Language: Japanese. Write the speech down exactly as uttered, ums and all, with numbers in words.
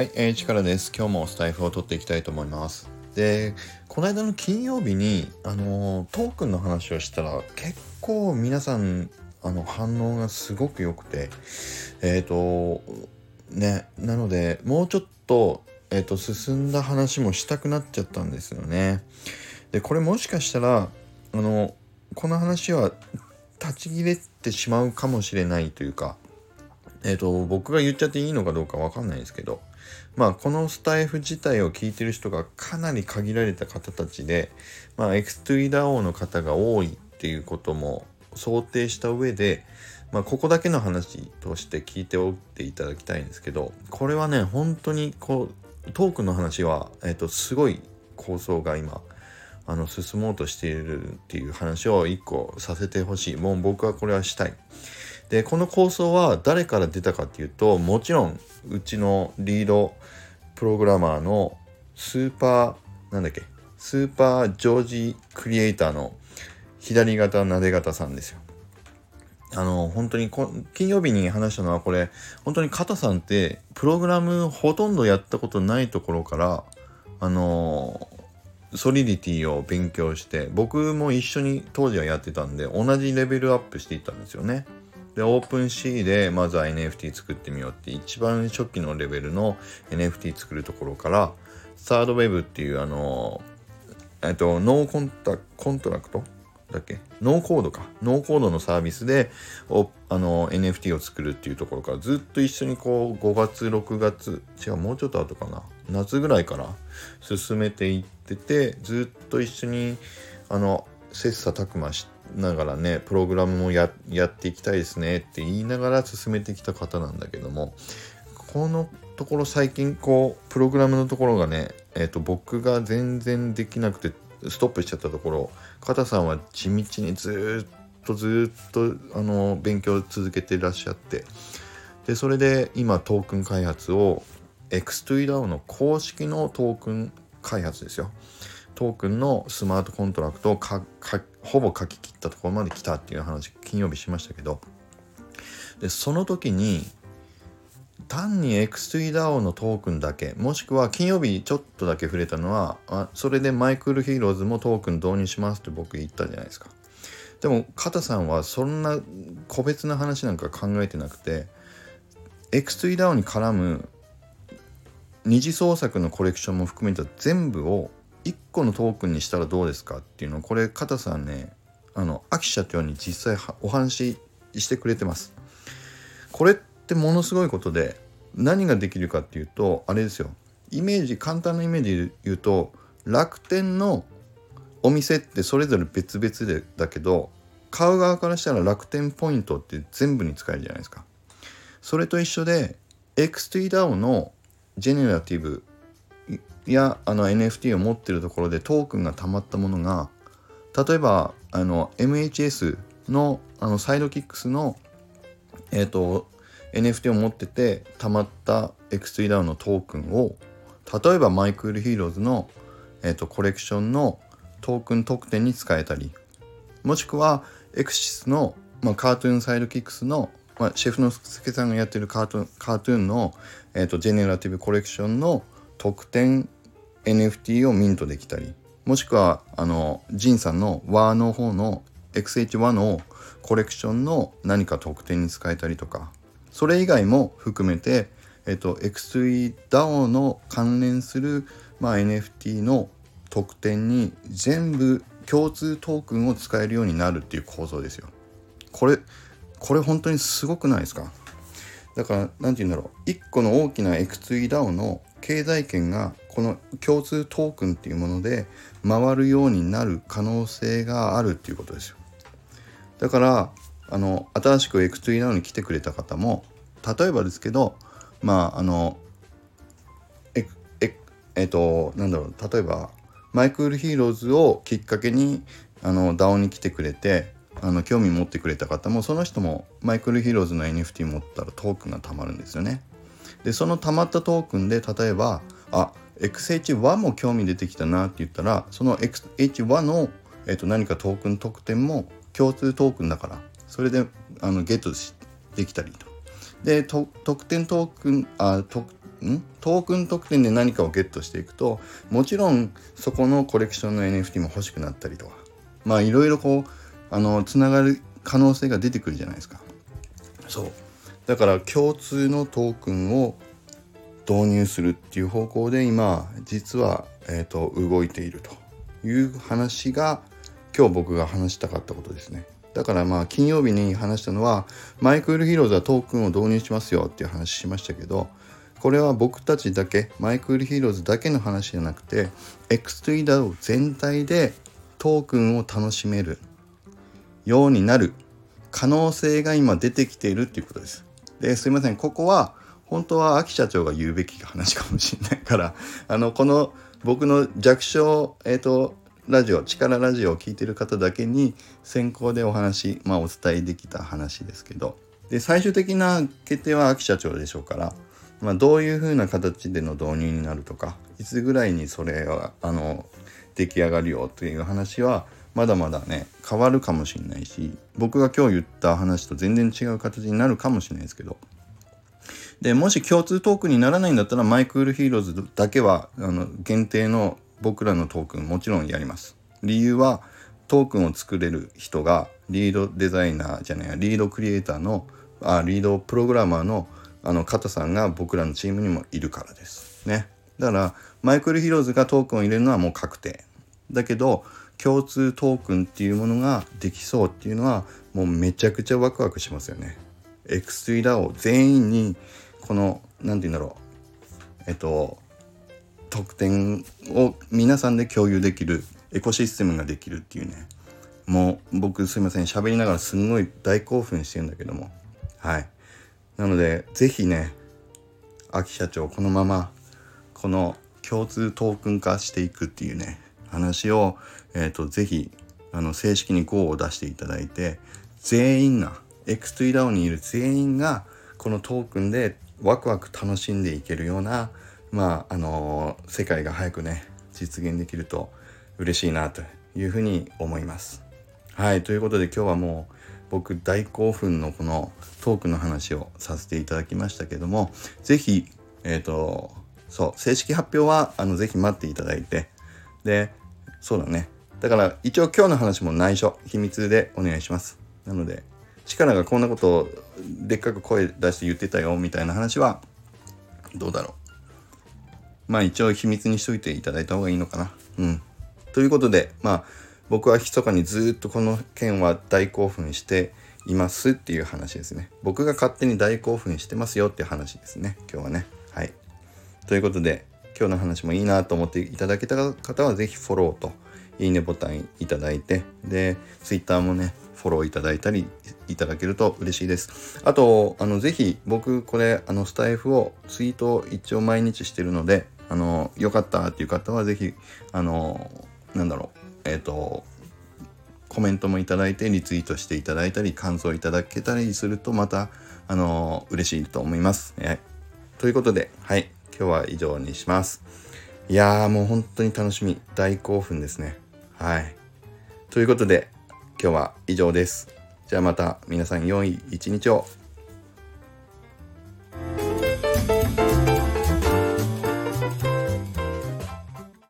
はい、えー、力です。今日もスタイフを取っていきたいと思います。で、この間の金曜日に、あのートークンの話をしたら、結構皆さん、あの、反応がすごく良くて、えっと、ね、なので、もうちょっと、えっと、進んだ話もしたくなっちゃったんですよね。で、これもしかしたら、あの、この話は立ち切れてしまうかもしれないというか、えっと、僕が言っちゃっていいのかどうかわかんないですけど、まあ、このスタイフ自体を聞いてる人がかなり限られた方たちで、まあ、エクストゥイダオの方が多いっていうことも想定した上で、まあ、ここだけの話として聞いておいていただきたいんですけど、これはね、本当にこう、トークの話は、えっと、すごい構想が今、あの、進もうとしているっていう話を一個させてほしい。もう僕はこれはしたい。で、この構想は誰から出たかっていうと、もちろんうちのリードプログラマーのスーパーなんだっけスーパージョージクリエイターの左肩なで肩さんですよ。あの本当にこ金曜日に話したのは、これ本当に肩さんってプログラムほとんどやったことないところから、あのソリディティを勉強して、僕も一緒に当時はやってたんで、同じレベルアップしていったんですよね。で、オープンシーでまずは エヌエフティー 作ってみようって、一番初期のレベルの エヌエフティー 作るところから、サードウェブっていうあのえっとノーコンタコントラクトだっけノーコードかノーコードのサービスでおあの エヌエフティー を作るっていうところからずっと一緒にこうごがつろくがつ違うもうちょっと後かな夏ぐらいから進めていってて、ずっと一緒にあの切磋琢磨しながらね、プログラムも や, やっていきたいですねって言いながら進めてきた方なんだけども、このところ最近こうプログラムのところがね、えっと僕が全然できなくてストップしちゃったところ、片さんは地道にずっとずっとあの勉強を続けていらっしゃって、でそれで今トークン開発を エクストゥイダオ の公式のトークン開発ですよ。トークンのスマートコントラクトをかかほぼ書き切ったところまで来たっていう話金曜日しましたけど、でその時に単に エクストゥイダオ のトークンだけ、もしくは金曜日ちょっとだけ触れたのは、あそれでマイクールヒーローズもトークン導入しますって僕言ったじゃないですか。でも片さんはそんな個別な話なんか考えてなくて、 エクストゥイダオ に絡む二次創作のコレクションも含めた全部をいっこのトークンにしたらどうですかっていうのを、これ片さんね、あの秋社長に実際お話ししてくれてます。これってものすごいことで、何ができるかっていうと、あれですよ、イメージ簡単なイメージで言うと、楽天のお店ってそれぞれ別々でだけど、買う側からしたら楽天ポイントって全部に使えるじゃないですか。それと一緒で エクストゥイダオ のジェネラティブやあの エヌエフティー を持ってるところでトークンが溜まったものが、例えばあの エムエイチエス のあのサイドキックスのえっと エヌエフティー を持ってて溜まった エクストゥイダオ のトークンを、例えばマイクールヒーローズの、えー、とコレクションのトークン特典に使えたり、もしくはエクシスの、まあ、カートゥーンサイドキックスの、まあ、シェフのすけさんがやってるカートゥーン、カートゥーンの、えー、とジェネラティブコレクションの特典 エヌエフティー をミントできたり、もしくはあのジンさんの ダイ の方の エックスエイチワン のコレクションの何か特典に使えたりとか、それ以外も含めて、えっと、エクストゥイダオ の関連する、まあ、エヌエフティー の特典に全部共通トークンを使えるようになるっていう構造ですよ。これこれ本当にすごくないですか？だからなんて言うんだろう、一個の大きな エクストゥイダオ の経済圏がこの共通トークンっていうもので回るようになる可能性があるっていうことですよ。だからあの新しく エクストゥイダオ に来てくれた方も、例えばですけど、まああのえええっとなんだろう、例えばマイクールヒーローズをきっかけにあの ダオ に来てくれて、あの興味持ってくれた方も、その人もマイクールヒーローズの エヌエフティー 持ったらトークンがたまるんですよね。でそのたまったトークンで、例えばあ エックスエイチワン も興味出てきたなって言ったら、その エックスエイチワン の、えっと、何かトークン特典も共通トークンだから、それであのゲットできたりと。でと特典トークンあとんトークン特典で何かをゲットしていくと、もちろんそこのコレクションの エヌエフティー も欲しくなったりとか、まあいろいろこうあのつながる可能性が出てくるじゃないですか。そうだから共通のトークンを導入するっていう方向で今実は、えーと、動いているという話が今日僕が話したかったことですね。だからまあ金曜日に話したのはマイクールヒーローズはトークンを導入しますよっていう話しましたけど、これは僕たちだけマイクールヒーローズだけの話じゃなくて エックススリーダオ 全体でトークンを楽しめるようになる可能性が今出てきているっていうことです。で、すいません、ここは本当は秋社長が言うべき話かもしれないからあのこの僕の弱小えっ、ー、とラジオ力ラジオを聞いてる方だけに先行でお話、まあ、お伝えできた話ですけど、で最終的な決定は秋社長でしょうから、まあ、どういう風な形での導入になるとかいつぐらいにそれはあの出来上がるよという話はまだまだね変わるかもしれないし、僕が今日言った話と全然違う形になるかもしれないですけど、でもし共通トークンにならないんだったらマイクールヒーローズだけはあの限定の僕らのトークンもちろんやります。理由はトークンを作れる人がリードデザイナーじゃないやリードクリエイターのあリードプログラマーのあの方さんが僕らのチームにもいるからですね。だからマイクールヒーローズがトークンを入れるのはもう確定だけど、共通トークンっていうものができそうっていうのはもうめちゃくちゃワクワクしますよね。 エックススリーダオ 全員にこのなんて言うんだろうえっと特典を皆さんで共有できるエコシステムができるっていうね、もう僕すいません喋りながらすんごい大興奮してるんだけども、はいなのでぜひね秋社長このままこの共通トークン化していくっていうね話を、えーと、ぜひあの正式に ゴー を出していただいて、全員が エックススリーダオ にいる全員がこのトークンでワクワク楽しんでいけるようなまああのー、世界が早くね実現できると嬉しいなというふうに思います。はいということで今日はもう僕大興奮のこのトークの話をさせていただきましたけども、ぜひえっ、ー、とそう正式発表はあのぜひ待っていただいて、でそうだねだから一応今日の話も内緒秘密でお願いします。なので力がこんなことをでっかく声出して言ってたよみたいな話はどうだろう、まあ一応秘密にしといていただいた方がいいのかな。うんということでまあ僕は密かにずっとこの件は大興奮していますっていう話ですね。僕が勝手に大興奮してますよっていう話ですね今日はね。はいということで今日の話もいいなと思っていただけた方はぜひフォローといいねボタンいただいて、でツイッターもねフォローいただいたりいただけると嬉しいです。あとあのぜひ僕これあのスタイフをツイートを一応毎日してるので、あのよかったっていう方はぜひあのなんだろうえっ、ー、とコメントもいただいてリツイートしていただいたり感想いただけたりするとまたあの嬉しいと思います、えー、ということではい今日は以上にします。いやーもう本当に楽しみ大興奮ですね。はいということで今日は以上です。じゃあまた皆さん良い一日を。